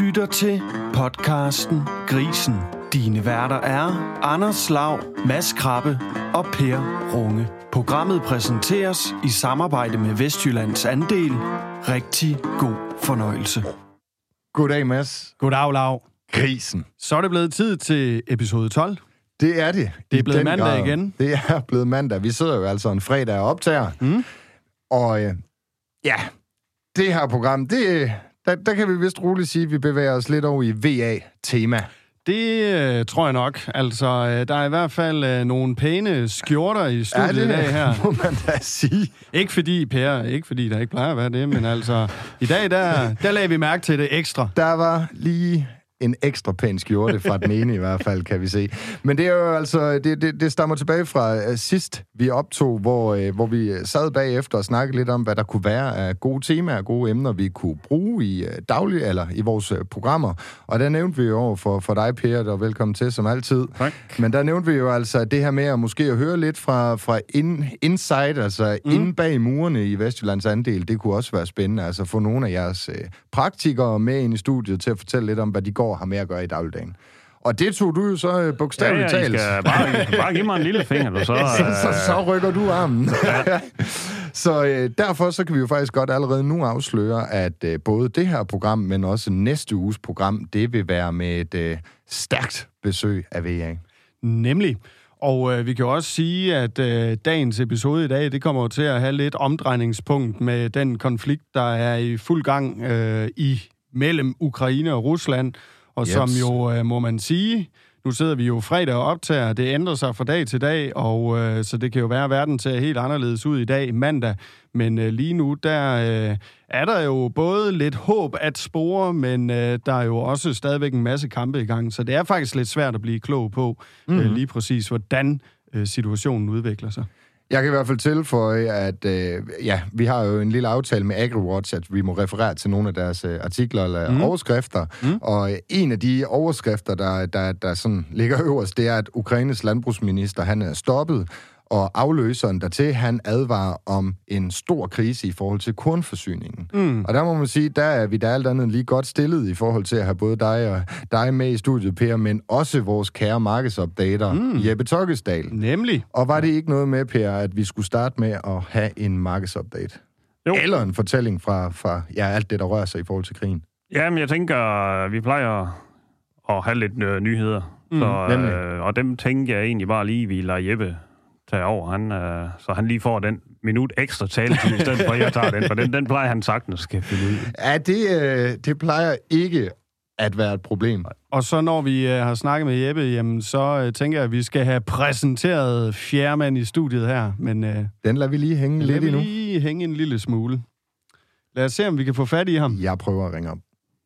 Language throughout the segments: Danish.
lytter til podcasten Grisen. Dine værter er Anders Lav, Mads Krabbe og Per Runge. Programmet præsenteres i samarbejde med Vestjyllands Andel. Rigtig god fornøjelse. Goddag, Mads. Goddag, Lav. Grisen. Så er det blevet tid til episode 12. Det er det. Det er blevet mandag igen. Det er blevet mandag. Vi sidder jo altså en fredag og optager. Og det her program, der kan vi vist roligt sige, at vi bevæger os lidt over i VA-tema. Det tror jeg nok. Altså, der er i hvert fald nogle pæne skjorter i studiet i dag her. Må man da sige. Ikke fordi, Per, ikke fordi der ikke plejer at være det, men altså, i dag, der lagde vi mærke til det ekstra. Der var lige en ekstra pæn skjorte fra den ene i hvert fald, kan vi se. Men det er jo altså, det stammer tilbage fra sidst, vi optog, hvor vi sad bagefter og snakkede lidt om, hvad der kunne være af gode temaer, gode emner, vi kunne bruge i daglig, eller i vores programmer. Og der nævnte vi jo over for dig, Per, og velkommen til, som altid. Tak. Men der nævnte vi jo altså det her med at måske at høre lidt fra inside, altså inde bag murene i Vestjyllands Andel. Det kunne også være spændende, altså få nogle af jeres praktikere med ind i studiet til at fortælle lidt om, hvad de går har med at gøre i dagligdagen. Og det tog du jo så bogstaveligt talt. Ja, bare give mig en lille finger, du så... så rykker du armen. Ja. Så derfor så kan vi jo faktisk godt allerede nu afsløre, at både det her program, men også næste uges program, det vil være med et stærkt besøg af VA. Nemlig. Og vi kan jo også sige, at dagens episode i dag, det kommer til at have lidt omdrejningspunkt med den konflikt, der er i fuld gang mellem Ukraine og Rusland, og som jo, må man sige, nu sidder vi jo fredag og optager, det ændrer sig fra dag til dag, og så det kan jo være, at verden ser helt anderledes ud i dag, mandag, men lige nu, der er der jo både lidt håb at spore, men der er jo også stadigvæk en masse kampe i gang, så det er faktisk lidt svært at blive klog på lige præcis, hvordan situationen udvikler sig. Jeg kan i hvert fald tilføje, at vi har jo en lille aftale med AgriWatch, at vi må referere til nogle af deres artikler eller overskrifter. Og en af de overskrifter, der sådan ligger øverst, det er, at Ukraines landbrugsminister, han er stoppet, og afløseren dertil, han advarer om en stor krise i forhold til kornforsyningen. Og der må man sige, der er vi da alt andet lige godt stillet i forhold til at have både dig med i studiet, Per, men også vores kære markedsopdater, Jeppe Tokkesdal. Nemlig. Og var det ikke noget med, Per, at vi skulle starte med at have en markedsupdate? Jo. Eller en fortælling fra alt det, der rører sig i forhold til krigen? Jamen, jeg tænker, vi plejer at have lidt nyheder. Og dem tænker jeg egentlig bare lige, vi lader Jeppe tage over. Så han lige får den minut ekstra taletid, i stedet for, at jeg tager den. For den plejer han sagtens skal finde ud. Ja, det plejer ikke at være et problem. Og så når vi har snakket med Jeppe, jamen, så tænker jeg, at vi skal have præsenteret fjerdemand i studiet her. Men den lader vi lige hænge lidt endnu. Lige hænge en lille smule. Lad os se, om vi kan få fat i ham. Jeg prøver at ringe op.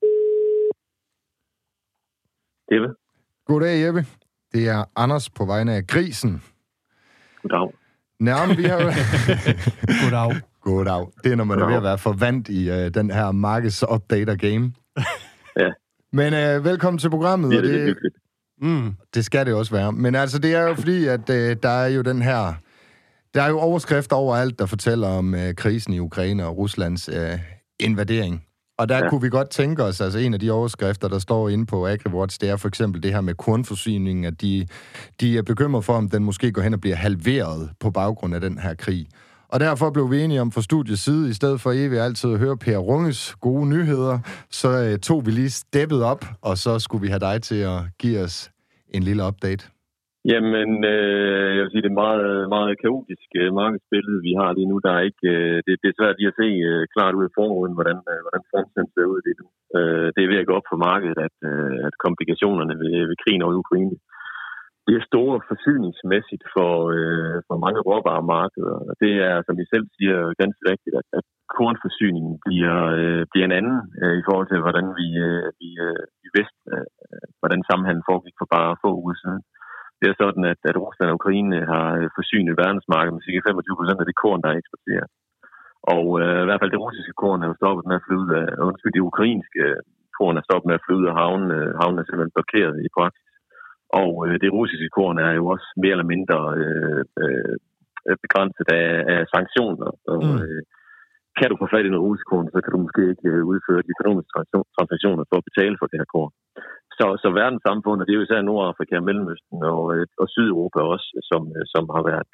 Jeppe. Goddag, Jeppe. Det er Anders på vegne af Grisen. Goddag. Nærmere, vi har jo... Goddag. Goddag. Det er, når man er ved at være forvandt i den her markedsopdater-game. Ja. Men velkommen til programmet. Det er lidt hyggeligt. Det skal det også være. Men altså, det er jo fordi, at der er jo den her... Der er jo overskrifter overalt, der fortæller om krisen i Ukraine og Ruslands invadering. Og der kunne vi godt tænke os, altså en af de overskrifter, der står inde på AgriWatch, det er for eksempel det her med kornforsyningen, at de er bekymret for, om den måske går hen og bliver halveret på baggrund af den her krig. Og derfor blev vi enige om fra studiets side, i stedet for evigt altid at høre Per Runges gode nyheder, så tog vi lige steppet op, og så skulle vi have dig til at give os en lille update. Jamen, jeg vil sige, det er meget, meget kaotisk markedsbillede, vi har lige nu. Der er ikke, det er svært lige at se klart ud i forruden, hvordan fremtiden ser ud lige nu. Det er ved at gå op for markedet, at komplikationerne ved krigen over Ukraine, det er store forsyningsmæssigt for mange råvaremarkeder. Det er, som I selv siger, ganske rigtigt, at kornforsyningen bliver en anden i forhold til, hvordan vi vidste, hvordan sammenhandlen foregik for bare få uger siden. Det er sådan, at Rusland og Ukraine har forsynet verdensmarkedet med ca. 25% af det korn, der er eksporteret. Og i hvert fald det russiske korn er jo stoppet med at flyde det ukrainske korn er stoppet med at flyde af havnen. Havnen er simpelthen blokeret i praksis. Og det russiske korn er jo også mere eller mindre begrænset af sanktioner. Og kan du få fat i noget ruskorn, så kan du måske ikke udføre de økonomiske transaktioner for at betale for det her korn. Så verdenssamfundet, det er jo især Nordafrika, Mellemøsten og Sydeuropa også, som har været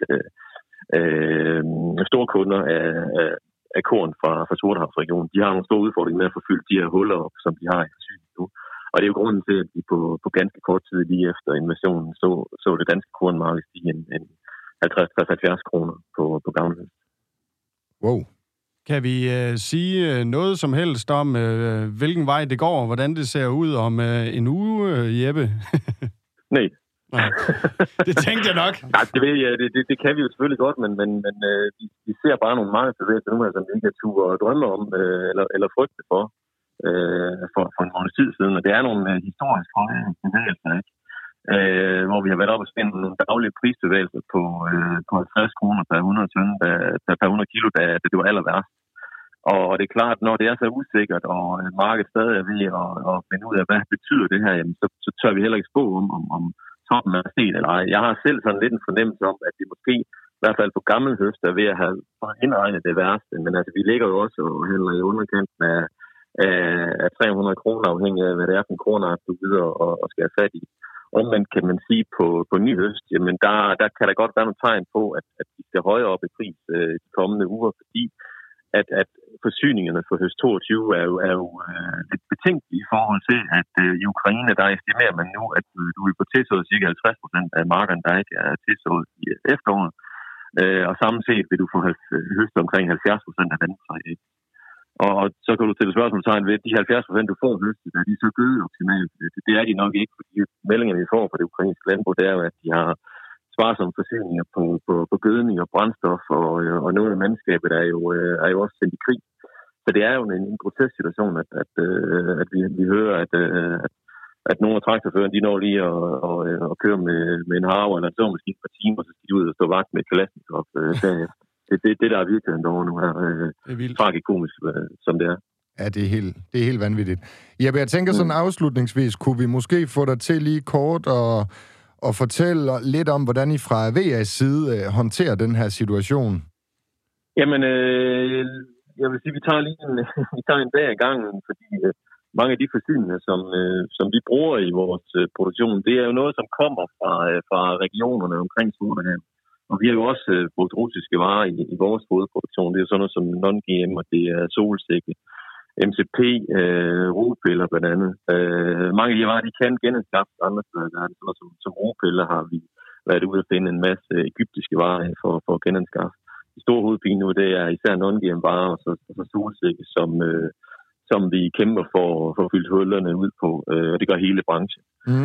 store kunder af korn fra Sortehavsregionen. De har nogle store udfordringer med at få fyldt de her huller op, som de har i forsyningen nu. Og det er jo grunden til, at de på ganske kort tid lige efter invasionen så det danske kornmarked stige en 50-70 kroner på gamle. Wow. Kan vi sige noget som helst om, hvilken vej det går, og hvordan det ser ud om en uge, Jeppe? Nej. Det tænkte jeg nok. Nej, det ved jeg. Det kan vi jo selvfølgelig godt, men vi ser bare nogle mange bevægelser nu, som vi ikke har tur og drømme om, eller frygte for en måneds tid siden. Og det er nogle historisk høje bevægelser, ikke? Hvor vi har været op og spændt nogle daglige prisbevægelser på 50 kroner per 100 tønde, per 100 kilo, da det var aller værst. Og det er klart, når det er så usikkert, og markedet stadig er ved at finde ud af, hvad betyder det her, jamen, så tør vi heller ikke spå om toppen er set eller ej. Jeg har selv sådan lidt en fornemmelse om, at vi måske, i hvert fald på gammel høst, er ved at have indregnet det værste. Men altså, vi ligger jo også og handler i underkanten af 300 kroner, afhængig af, hvad det er for en kroner, du videre og skal have fat i. Omvendt kan man sige på ny høst, jamen der kan der godt være nogle tegn på, at vi skal højere op i pris de kommende uger, fordi at forsyningerne for høst 22 er jo lidt betænkt i forhold til, at i Ukraine, der estimerer man nu, at du vil få tilsået ca. 50% af markerne, der ikke er tilsået i efteråret. Og samlet set vil du få høst omkring 70% af vandtræet. Og så kan du stille spørgsmålstegn ved, at de 70% du får høstet, er de så gøde optimalt? Det er de nok ikke, fordi meldingerne, vi får fra det ukrainske landbrug, det er jo, at de har sparsomme forsyninger på gødning og brændstof, og noget af mandskabet er jo også sendt i krig. Så det er jo en grotesk situation, at vi hører, at nogle af traktorførerne, de når lige at køre med en harve eller en såmaskine et par timer, og så skal de ud og stå vagt med Kalashnikov derefter. Det der er virkelig derovre nu her. Tragikomisk, som det er. Ja, det er helt vanvittigt. Jeppe, jeg tænker sådan afslutningsvis, kunne vi måske få dig til lige kort og fortælle lidt om, hvordan I fra VA's side håndterer den her situation? Jamen, jeg vil sige, vi tager en dag ad gangen, fordi mange af de forsyninger, som vi bruger i vores produktion, det er jo noget, som kommer fra regionerne omkring Sortehavet. Og vi har jo også brugt russiske varer i vores fodproduktion. Det er jo sådan noget som non-GM, og det er solsikke, MCP, rugpiller blandt andet. Mange af de varer, de kan genanskaffes andre steder. Som rugpiller har vi været ude at finde en masse egyptiske varer for at genanskaffe. De store hovedpine nu, det er især non-GM varer og så solsikke, som vi kæmper for at fylde hullerne ud på, og det gør hele branchen.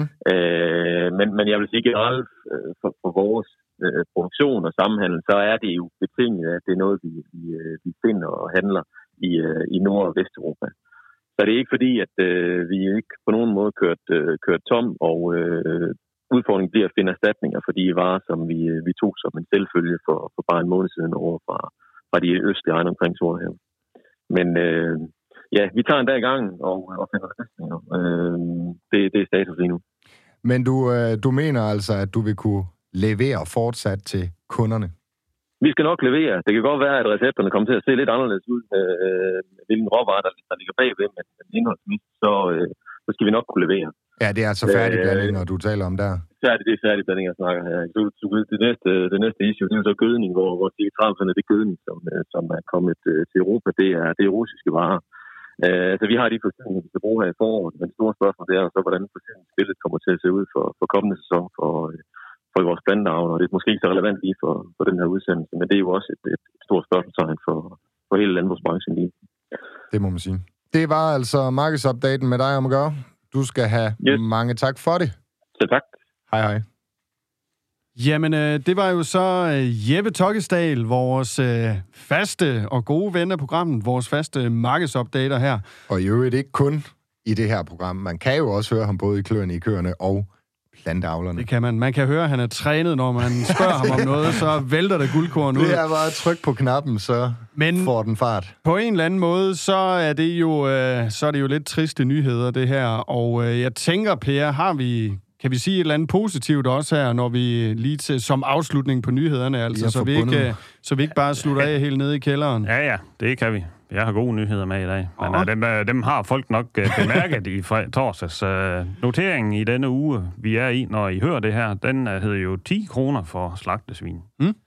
Men jeg vil sige generelt for vores produktion og sammenhandel, så er det jo betinget, at det er noget, vi finder og handler i Nord- og Vesteuropa. Så det er ikke fordi, at vi ikke på nogen måde kørt tom, og udfordringen bliver at finde erstatninger for de varer, som vi tog som en selvfølge for bare en måned siden over fra de østlige egne omkring Sortehavet. Men ja, vi tager en dag i gang og finder erstatninger. Det er status lige nu. Men du mener altså, at du vil kunne levere fortsat til kunderne? Vi skal nok levere. Det kan godt være, at recepterne kommer til at se lidt anderledes ud, hvilken råvarer, der ligger bagved, men indholdsmæssigt, så skal vi nok kunne levere. Ja, det er altså færdigblandinger, du taler om der. Det er færdigblandinger, jeg snakker her. Det næste issue, det er så gødning, hvor cirka 30% af det gødning, som er kommet til Europa, det er russiske varer. Så vi har de forsyninger, vi skal bruge her i foråret, men det store spørgsmål det er så, hvordan forsyningsbilledet kommer til at se ud for kommende sæson for vores planteavler, og det er måske ikke så relevant lige for den her udsendelse, men det er jo også et stort spørgsmålstegn for hele landbrugsbranchen lige. Det må man sige. Det var altså markedsupdaten med dig om at gøre. Du skal have mange tak for det. Så tak. Hej. Jamen, det var jo så Jeppe Tokkesdal, vores faste og gode ven af programmet, vores faste markedsupdater her. Og i øvrigt ikke kun i det her program. Man kan jo også høre ham både i Kløerne i Køerne og planteavlerne. Det kan man. Man kan høre, at han er trænet, når man spørger ham om noget, så vælter der guldkorn ud. Det er bare at trykke på knappen, så får den fart. På en eller anden måde, så er det jo lidt triste nyheder, det her. Og jeg tænker, Per, Kan vi sige et eller andet positivt også her, når vi lige til som afslutning på nyhederne, altså, så vi ikke bare slutter af helt nede i kælderen? Ja, det kan vi. Jeg har gode nyheder med i dag. Men dem har folk nok bemærket i torsdags. Noteringen i denne uge, vi er i, når I hører det her, den hedder jo 10 kroner for slagtesvin.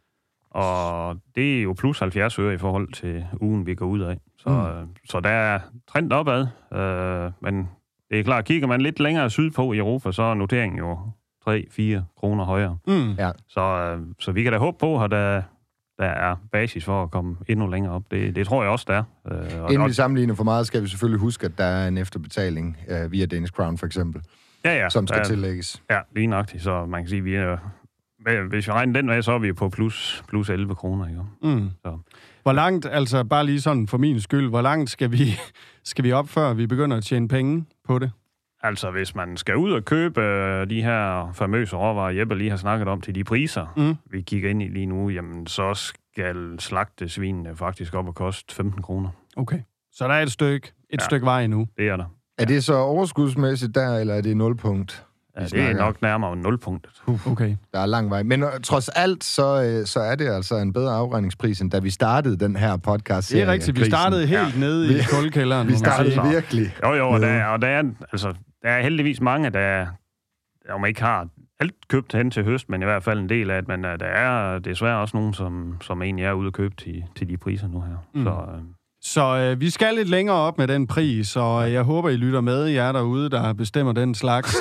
Og det er jo plus 70 øre i forhold til ugen, vi går ud af. Så der er trend opad, men det er klart, kigger man lidt længere sydpå i Europa, så er noteringen jo 3-4 kroner højere. Ja. Så vi kan da håbe på, at der er basis for at komme endnu længere op. Det tror jeg også, der er. Inden vi sammenligner for meget, skal vi selvfølgelig huske, at der er en efterbetaling via Danish Crown for eksempel, som skal tillægges. Ja, lige nøjagtigt. Så man kan sige, vi er... Hvis vi regner den med, så er vi på plus 11 kroner. Ikke? Så. Hvor langt, altså bare lige sådan for min skyld, hvor langt skal vi op, før vi begynder at tjene penge på det? Altså, hvis man skal ud og købe de her famøse råvarer, Jeppe lige har snakket om, til de priser, vi kigger ind i lige nu, jamen, så skal slagtesvinene faktisk op og koste 15 kroner. Okay. Så der er et stykke vej endnu. Det er der. Er det så overskudsmæssigt der, eller er det 0-punkt? Ja, det er nok nærmere 0-punktet. Okay. Der er lang vej. Men trods alt, så er det altså en bedre afregningspris, end da vi startede den her podcast. Det er rigtigt. Vi startede helt nede i kuldekælderen. Vi startede virkelig. Jo, og der er heldigvis mange, der om ikke har alt købt hen til høst, men i hvert fald en del af det. Men der er desværre også nogen, som egentlig er ude at købe til de priser nu her. Så vi skal lidt længere op med den pris, og jeg håber, I lytter med, jer derude, der bestemmer den slags.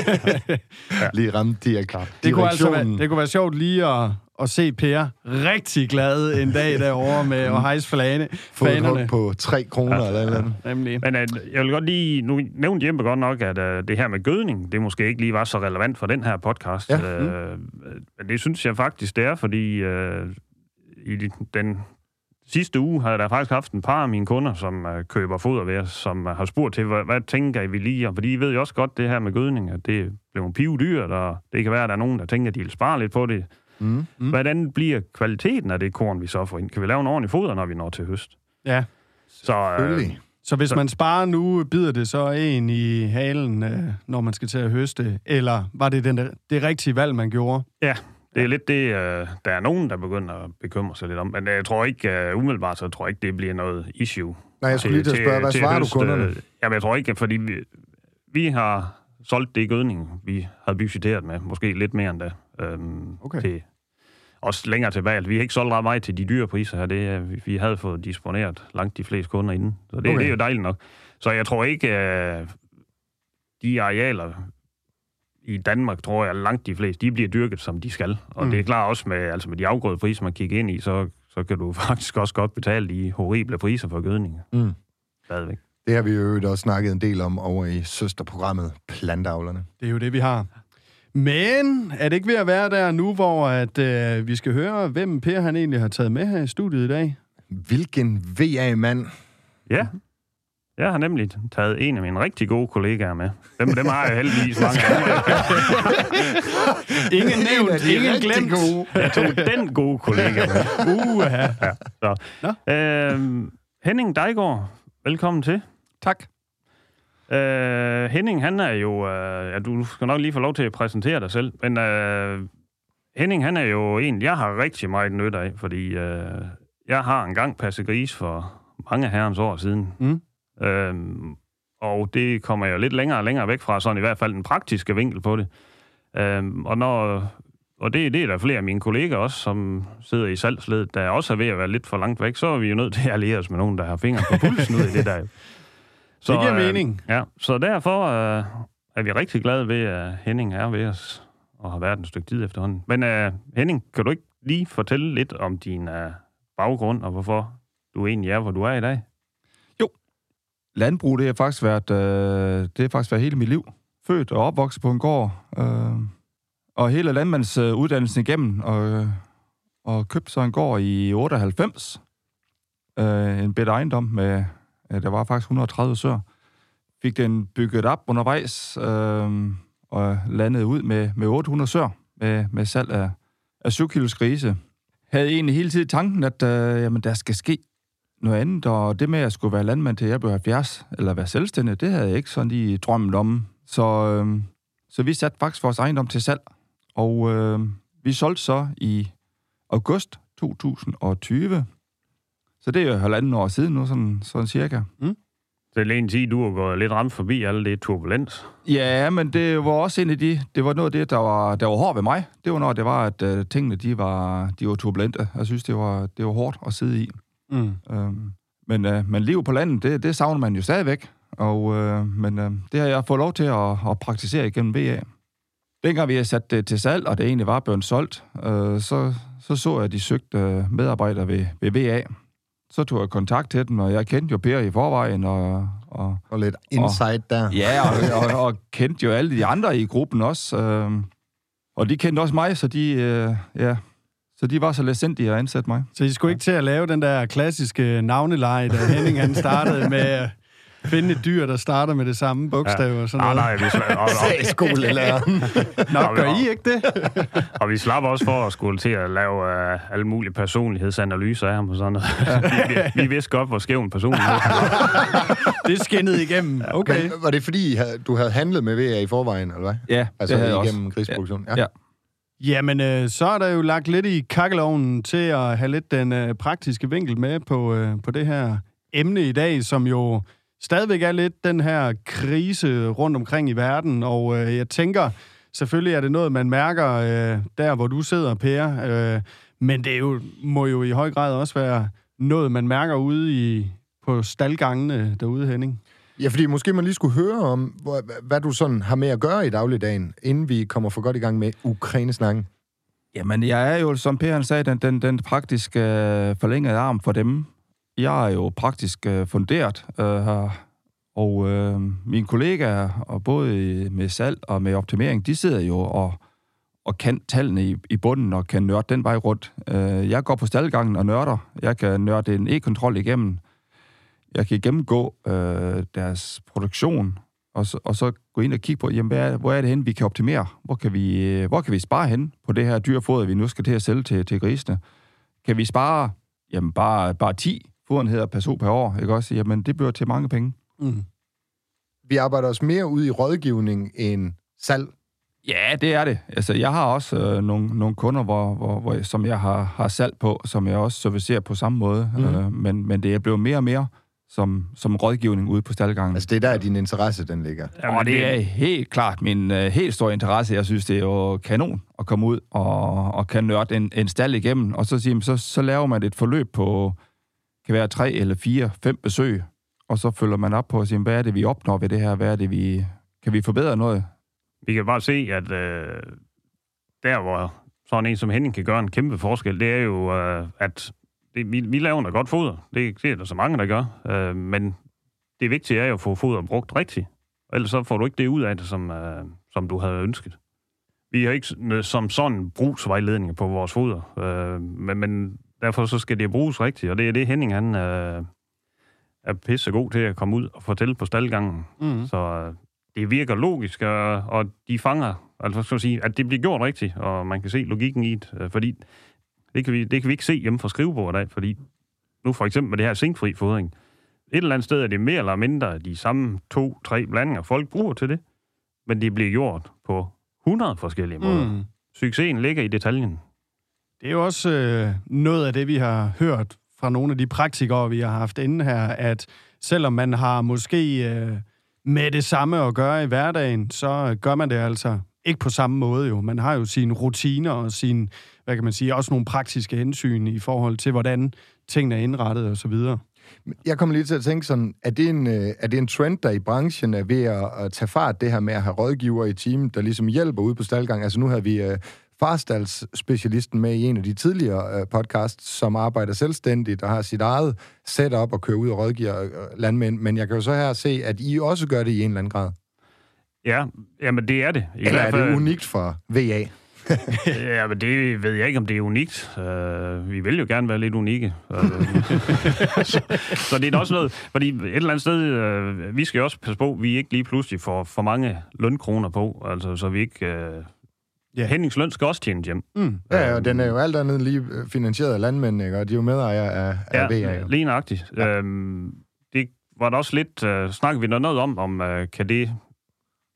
Lige ramme det kunne være sjovt lige at se Per rigtig glad en dag derovre med at hejse fanerne. Få et hug på 3 kroner eller andet. Nemlig. Men jeg vil godt lige... Nu nævnte Jeppe godt nok, at det her med gødning, det måske ikke lige var så relevant for den her podcast. Ja. Men det synes jeg faktisk, det er, fordi i den sidste uge har jeg da faktisk haft en par af mine kunder, som køber foder ved os, som har spurgt til, hvad tænker I vi lige? Fordi I ved jo også godt det her med gødning, at det bliver pivdyrt, og det kan være, at der er nogen, der tænker, at de vil spare lidt på det. Hvordan bliver kvaliteten af det korn, vi så får ind? Kan vi lave en ordentlig foder, når vi når til høst? Ja. Så hvis man sparer nu, bider det så en i halen, når man skal til at høste? Eller var det det rigtige valg, man gjorde? Ja. Det er lidt det, der er nogen, der begynder at bekymre sig lidt om. Men jeg tror ikke, umiddelbart, så tror jeg ikke, det bliver noget issue. Nej, jeg skulle lige til at spørge, hvad svarer du kunderne? Jamen, jeg tror ikke, fordi vi har solgt det gødning, vi havde budgetteret med. Måske lidt mere end det. Okay. Til også længere tilbage. Vi har ikke solgt ret meget til de dyre priser her. Vi havde fået disponeret langt de fleste kunder inden. Så det er jo dejligt nok. Så jeg tror ikke, de arealer i Danmark, tror jeg, langt de fleste, de bliver dyrket, som de skal. Og det er klart også med de afgrøde priser, man kigger ind i, så kan du faktisk også godt betale de horrible priser for gødning. Stadigvæk. Det har vi jo også snakket en del om over i søsterprogrammet Plantavlerne. Det er jo det, vi har. Men er det ikke ved at være der nu, hvor vi skal høre, hvem Per han egentlig har taget med her i studiet i dag? Hvilken VA-mand? Ja. Jeg har nemlig taget en af mine rigtig gode kollegaer med. Dem har jeg heldigvis mange af. Ingen nævnt, ingen glemt. Gode. Jeg tog den gode kollega med. Henning Dejgaard, velkommen til. Tak. Henning, han er jo... du skal nok lige få lov til at præsentere dig selv, men Henning, han er jo en, jeg har rigtig meget nytte af, fordi jeg har engang passet gris for mange herrens år siden. Og det kommer jeg lidt længere og længere væk fra, sådan i hvert fald den praktiske vinkel på det. Og det er der flere af mine kolleger også, som sidder i salgsledet, der også er ved at være lidt for langt væk, så er vi jo nødt til at alliere os med nogen, der har fingre på pulsen ud i det der. Så, det giver mening. Ja, så derfor er vi rigtig glade ved, at Henning er ved os og har været et stykke tid efterhånden. Men Henning, kan du ikke lige fortælle lidt om din baggrund, og hvorfor du egentlig er, hvor du er i dag? Jo. Landbrug, det har faktisk været hele mit liv. Født og opvokset på en gård, og hele landmandsuddannelsen igennem, og købte så en gård i 98. En bedt ejendom med, der var faktisk 130 søer. Fik den bygget op undervejs, og landede ud med 800 søer, med salg af 7 kilos grise. Havde egentlig hele tiden tanken, at jamen, der skal ske noget andet, og det med, at jeg skulle være landmand til jeg blev 70, eller være selvstændig, det havde jeg ikke sådan lige drømmet om. Så Så vi satte faktisk vores ejendom til salg, og vi solgte så i august 2020. Så det er jo 1,5 år siden nu, sådan cirka. Det er lige en tid, du har gået lidt ramt forbi alle det turbulens. Ja, men det var også en af det var noget af det, der var hårdt ved mig. Det var når det var, at tingene de var turbulente. Jeg synes, det var hårdt at sidde i. Men liv på landet, det savner man jo stadigvæk. Men det har jeg fået lov til at praktisere igennem VA. Dengang vi har sat det til salg, og det egentlig var blevet solgt, så jeg, at de søgte medarbejdere ved VA. Så tog jeg kontakt til dem, og jeg kendte jo Per i forvejen. Og lidt insight der. Ja, og kendte jo alle de andre i gruppen også. Og de kendte også mig, så de var så letsindige at ansætte mig. Så I skulle ikke til at lave den der klassiske navneleje, da Henning han startede med at finde et dyr, der starter med det samme bogstav og sådan noget? Nej, vi Sagde skolelæreren. Nok gør I ikke det? Og vi slap også for at skulle til at lave alle mulige personlighedsanalyser af ham og sådan noget. Vi vidste godt, hvor skæv en personlighed. Det skinnede igennem. Okay. Men var det fordi, du havde handlet med VA i forvejen, eller hvad? Ja, altså det havde jeg igennem også. grisproduktion? Ja. Jamen, så er der jo lagt lidt i kakkelovnen til at have lidt den praktiske vinkel med på det her emne i dag, som jo stadigvæk er lidt den her krise rundt omkring i verden, og jeg tænker, selvfølgelig er det noget, man mærker der, hvor du sidder, Per, men det må jo i høj grad også være noget, man mærker ude på staldgangene derude, Henning. Ja, fordi måske man lige skulle høre om, hvad du sådan har med at gøre i dagligdagen, inden vi kommer for godt i gang med Ukraine-snakken. Jamen, jeg er jo, som Per han sagde, den praktiske forlængede arm for dem. Jeg er jo praktisk funderet her, og mine kollegaer, og både med salg og med optimering, de sidder jo og kan tallene i bunden og kan nørde den vej rundt. Jeg går på staldgangen og nørder. Jeg kan nørde en e-kontrol igennem. Jeg kan gennemgå deres produktion, og så gå ind og kigge på, jamen, hvor er det hen, vi kan optimere? Hvor kan vi spare hen på det her dyrefoder, vi nu skal til at sælge til grisene? Kan vi spare, jamen, bare 10 fodenheder per år, ikke også? Jamen, det bliver til mange penge. Mm. Vi arbejder os mere ud i rådgivning end salg. Ja, det er det. Altså, jeg har også nogle kunder, som jeg har salg på, som jeg også servicerer på samme måde. Men det er blevet mere og mere som rådgivning ude på staldgangen. Altså, det er der, din interesse, den ligger. Og det er helt klart min helt store interesse. Jeg synes, det er jo kanon at komme ud og kan nørde en stald igennem, og så sige, så laver man et forløb på, kan være 3 eller 4, 5 besøg, og så følger man op på at sige, hvad er det, vi opnår ved det her? Hvad er det, kan vi forbedre noget? Vi kan bare se, at der, hvor sådan en som Henning kan gøre en kæmpe forskel, det er jo, at vi laver noget godt foder. Det er der så mange, der gør. Men det vigtige er jo at få foder brugt rigtigt. Ellers så får du ikke det ud af det, som du havde ønsket. Vi har ikke som sådan brugsvejledninger på vores foder. Men derfor så skal det bruges rigtigt. Og det er det, Henning han er pissegod til at komme ud og fortælle på staldgangen. Mm. Så det virker logisk, og de fanger, altså skal sige, at det bliver gjort rigtigt, og man kan se logikken i det, fordi det kan vi ikke se hjemme fra skrivebordet af, fordi nu for eksempel med det her zinkfri fodring, et eller andet sted er det mere eller mindre de samme 2-3 blandinger, folk bruger til det, men det bliver gjort på 100 forskellige måder. Succesen ligger i detaljen. Det er jo også noget af det, vi har hørt fra nogle af de praktikere, vi har haft inde her, at selvom man har måske med det samme at gøre i hverdagen, så gør man det altså ikke på samme måde jo. Man har jo sine rutiner og sine, hvad kan man sige, også nogle praktiske hensyn i forhold til, hvordan tingene er indrettet og så videre. Jeg kommer lige til at tænke sådan, er det en trend, der i branchen er ved at tage fart, det her med at have rådgiver i team, der ligesom hjælper ude på staldgang? Altså nu har vi farstaldsspecialisten med i en af de tidligere podcasts, som arbejder selvstændigt og har sit eget setup og kører ud og rådgiver landmænd, men jeg kan jo så her se, at I også gør det i en eller anden grad. Ja, jamen det er det. Eller er det unikt for VA? Ja, men det ved jeg ikke, om det er unikt. Vi vil jo gerne være lidt unikke. Så det er også noget, fordi et eller andet sted, vi skal også passe på, at vi ikke lige pludselig får for mange lønkroner på, altså så vi ikke... Hennings løn skal også tjene hjem. Ja, og den er jo alt andet lige finansieret af landmændene, ikke? Og de er jo medejere af VA. Ja, lige nøjagtigt. Det var der også lidt... snakkede vi noget om kan det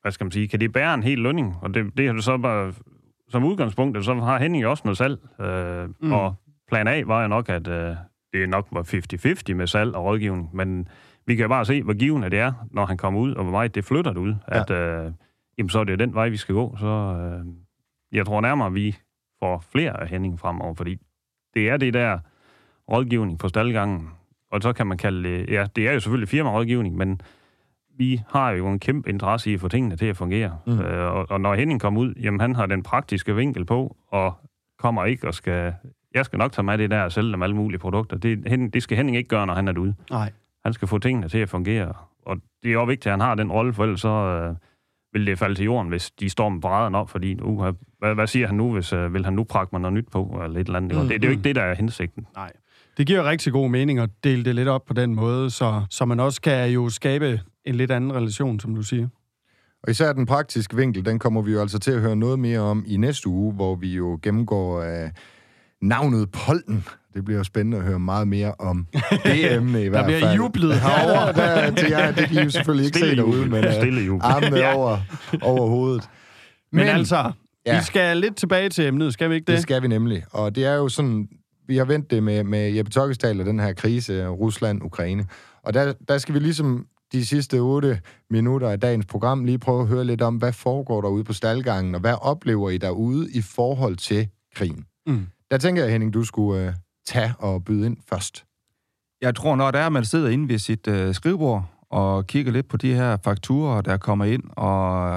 hvad skal man sige, kan det bære en hel lønning? Og det har du så bare, som udgangspunkt, så har Henning jo også noget salg. Og plan A var jo nok, at det nok var 50-50 med salg og rådgivning, men vi kan bare se, hvor givende det er, når han kommer ud, og hvor meget det flytter det ud, at jamen, så er det den vej, vi skal gå. Så jeg tror nærmere, at vi får flere af Henning fremover, fordi det er det der rådgivning på staldgangen, og så kan man kalde det, ja, det er jo selvfølgelig firmarådgivning, men vi har jo en kæmpe interesse i at få tingene til at fungere. Og når Henning kommer ud, jamen han har den praktiske vinkel på, og kommer ikke og jeg skal nok tage med det der og sælge dem alle mulige produkter. Det skal Henning ikke gøre, når han er derude. Nej. Han skal få tingene til at fungere, og det er jo vigtigt, at han har den rolle, for ellers så vil det falde til jorden, hvis de står med brædderne op, fordi hvad siger han nu, hvis vil han nu prakke mig noget nyt på, eller et eller andet. Det er jo ikke det, der er hensigten. Nej. Det giver rigtig god mening at dele det lidt op på den måde, så man også kan jo skabe en lidt anden relation, som du siger. Og især den praktiske vinkel, den kommer vi jo altså til at høre noget mere om i næste uge, hvor vi jo gennemgår navnet Polten. Det bliver jo spændende at høre meget mere om det emne i hvert fald. Der bliver jublet herovre. Det kan I jo selvfølgelig ikke se derude, men armene over hovedet. Men altså, vi skal lidt tilbage til emnet, skal vi ikke det? Det skal vi nemlig, og det er jo sådan, vi har vendt det med Jeppe Tokkesdal og den her krise, Rusland-Ukraine, og der skal vi ligesom de sidste 8 minutter af dagens program lige prøve at høre lidt om, hvad foregår derude på staldgangen, og hvad oplever I derude i forhold til krigen? Der tænker jeg, Henning, du skulle tage og byde ind først. Jeg tror, når det er, at man sidder inde ved sit skrivebord og kigger lidt på de her fakturer, der kommer ind, og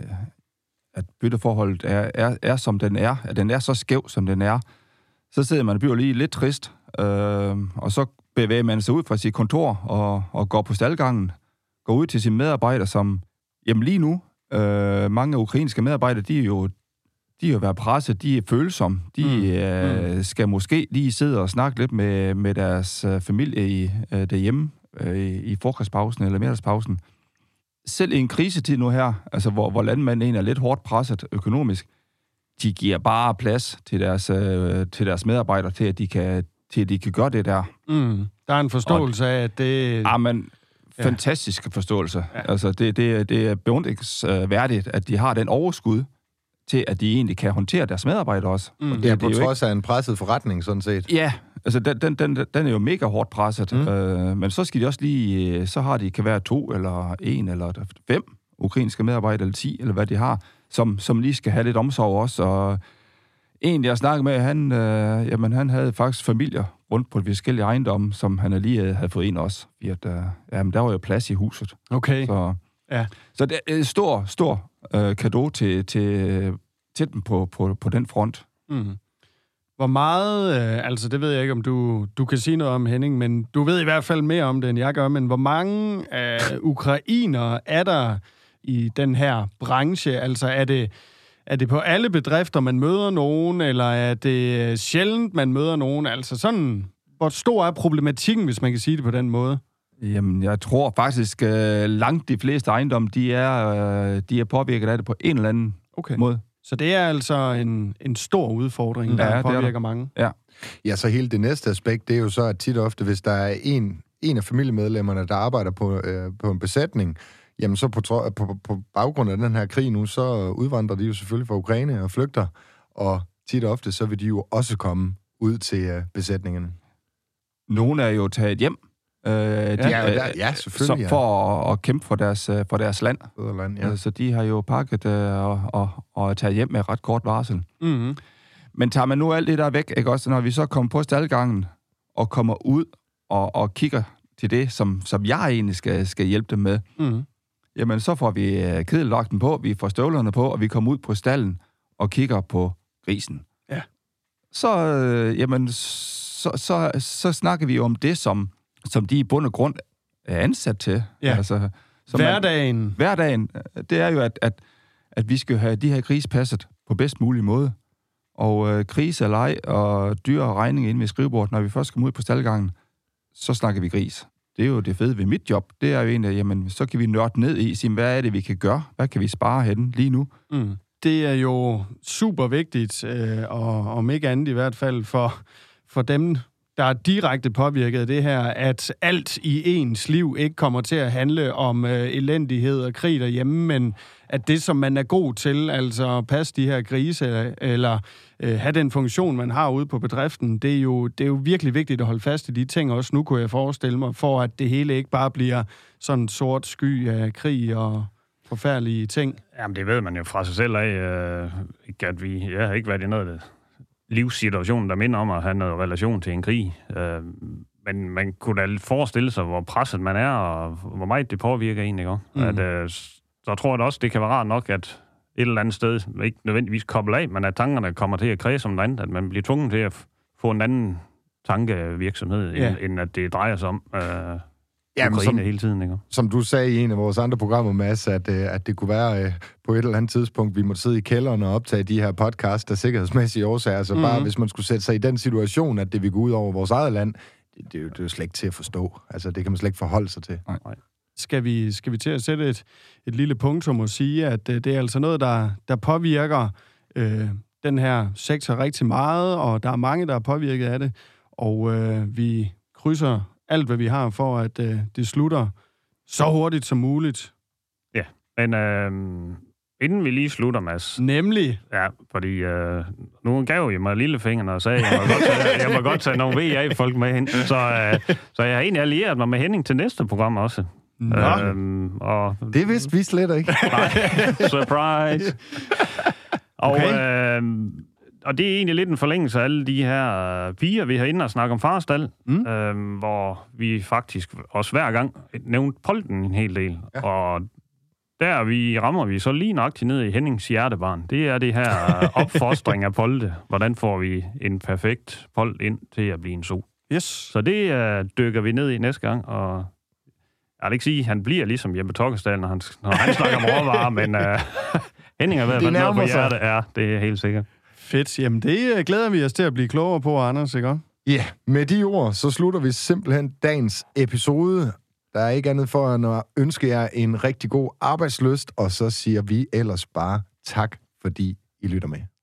at bytteforholdet er som den er, at den er så skæv, som den er, så sidder man og bliver lige lidt trist, og så bevæger man sig ud fra sit kontor og går på staldgangen, går ud til sine medarbejdere, som jamen lige nu, mange ukrainske medarbejdere, de er jo været presset, de er følsomme, de skal måske lige sidde og snakke lidt med deres familie derhjemme i frokostpausen eller middagspausen. Selv i en krisetid nu her, altså hvor landmanden egentlig er lidt hårdt presset økonomisk, de giver bare plads til deres medarbejdere til, at de kan gøre det der. Der er en forståelse af, at det... Jamen, fantastisk forståelse. Ja. Altså, det er beundringsværdigt, at de har den overskud til, at de egentlig kan håndtere deres medarbejdere også. Det er på trods af en presset forretning, sådan set. Ja, altså den er jo mega hårdt presset. Men så skal de også lige... Så har de, kan være 2 eller 1 eller 5 ukrainske medarbejdere, eller 10, eller hvad de har, som lige skal have lidt omsorg også. Og en, jeg snakkede med, han havde faktisk familier rundt på de forskellige ejendomme, som han lige havde fået ind også. Fordi at, der var jo plads i huset. Okay. Så det er en stor cadeau til dem på den front. Hvor meget, altså det ved jeg ikke, om du kan sige noget om, Henning, men du ved i hvert fald mere om det, end jeg gør, men hvor mange ukrainere er der i den her branche? Altså er det på alle bedrifter, man møder nogen, eller er det sjældent, man møder nogen? Altså sådan, hvor stor er problematikken, hvis man kan sige det på den måde? Jamen, jeg tror faktisk, langt de fleste ejendomme, de er påvirket af det på en eller anden måde. Så det er altså en stor udfordring, der påvirker mange? Ja, så hele det næste aspekt, det er jo så, at tit og ofte, hvis der er en af familiemedlemmerne, der arbejder på en besætning, jamen så på baggrund af den her krig nu, så udvandrer de jo selvfølgelig fra Ukraine og flygter, og tit og ofte, så vil de jo også komme ud til besætningerne. Nogle er jo taget hjem, selvfølgelig. For at kæmpe for deres land. Så de har jo pakket og taget hjem med ret kort varsel. Mm-hmm. Men tager man nu alt det der væk, ikke også, når vi så kommer på staldgangen og kommer ud og kigger til det, som jeg egentlig skal hjælpe dem med, jamen så får vi kedeldragten på, vi får støvlerne på, og vi kommer ud på stallen og kigger på grisen. Ja. Så snakker vi om det, som de i bund og grund er ansat til. Ja. Altså, Hverdagen, det er jo, at vi skal have de her grise passet på bedst mulig måde. Og gris er leg og dyr og regning inde ved skrivebordet, når vi først kommer ud på staldgangen, så snakker vi gris. Det er jo det fede ved mit job. Det er jo egentlig, jamen, så kan vi nørde ned i, sige, hvad er det, vi kan gøre? Hvad kan vi spare henne lige nu? Det er jo super vigtigt, og om ikke andet i hvert fald for dem, der er direkte påvirket af det her, at alt i ens liv ikke kommer til at handle om elendighed og krig derhjemme, men at det, som man er god til, altså passe de her grise, eller have den funktion, man har ude på bedriften, det er jo virkelig vigtigt at holde fast i de ting også. Nu kunne jeg forestille mig, for at det hele ikke bare bliver sådan en sort sky af krig og forfærdelige ting. Jamen, det ved man jo fra sig selv af, at jeg har ikke været i noget livssituation, der minder om at have noget relation til en krig. Men man kunne da forestille sig, hvor presset man er, og hvor meget det påvirker en, ikke? Så tror jeg også, det kan være rart nok, at et eller andet sted, ikke nødvendigvis kobler af, men at tankerne kommer til at kredse om noget andet, at man bliver tvunget til at få en anden tankevirksomhed, end at det drejer sig om Ukraine hele tiden, ikke? Som du sagde i en af vores andre programmer, Mads, at det kunne være på et eller andet tidspunkt, vi måtte sidde i kælderen og optage de her podcasts af sikkerhedsmæssige årsager. Så bare hvis man skulle sætte sig i den situation, at det ville gå ud over vores eget land, det er jo slet ikke til at forstå. Altså, det kan man slet ikke forholde sig til. Nej. Skal vi til at sætte et lille punktum og sige, at det er altså noget, der påvirker den her sektor rigtig meget, og der er mange, der er påvirket af det, og vi krydser alt, hvad vi har for, at det slutter så hurtigt som muligt. Ja, men inden vi lige slutter, Mads. Nemlig? Ja, fordi nu gav jeg mig lillefingeren og sagde, at jeg må godt tage nogle VA-folk med hen. Så jeg har egentlig allieret mig med Henning til næste program også. Og det vidste vi slet ikke. Nej, surprise. Okay. Og det er egentlig lidt en forlængelse af alle de her piger, vi har inde og snakke om Farstal, hvor vi faktisk også hver gang nævnte polden en hel del. Ja. Og der rammer vi så lige nøjagtigt ned i Hennings hjertebarn. Det er det her opfostring af polde. Hvordan får vi en perfekt pold ind til at blive en so? Yes. Så det dykker vi ned i næste gang, og jeg vil ikke sige, at han bliver ligesom Jeppe Tokkesdal, når han snakker om råvarer, men Henning har været noget på hjertet. Ja, det er helt sikkert. Fedt. Jamen, det glæder vi os til at blive klogere på, Anders, ikke? Ja, med de ord, så slutter vi simpelthen dagens episode. Der er ikke andet for end at ønske jer en rigtig god arbejdslyst, og så siger vi ellers bare tak, fordi I lytter med.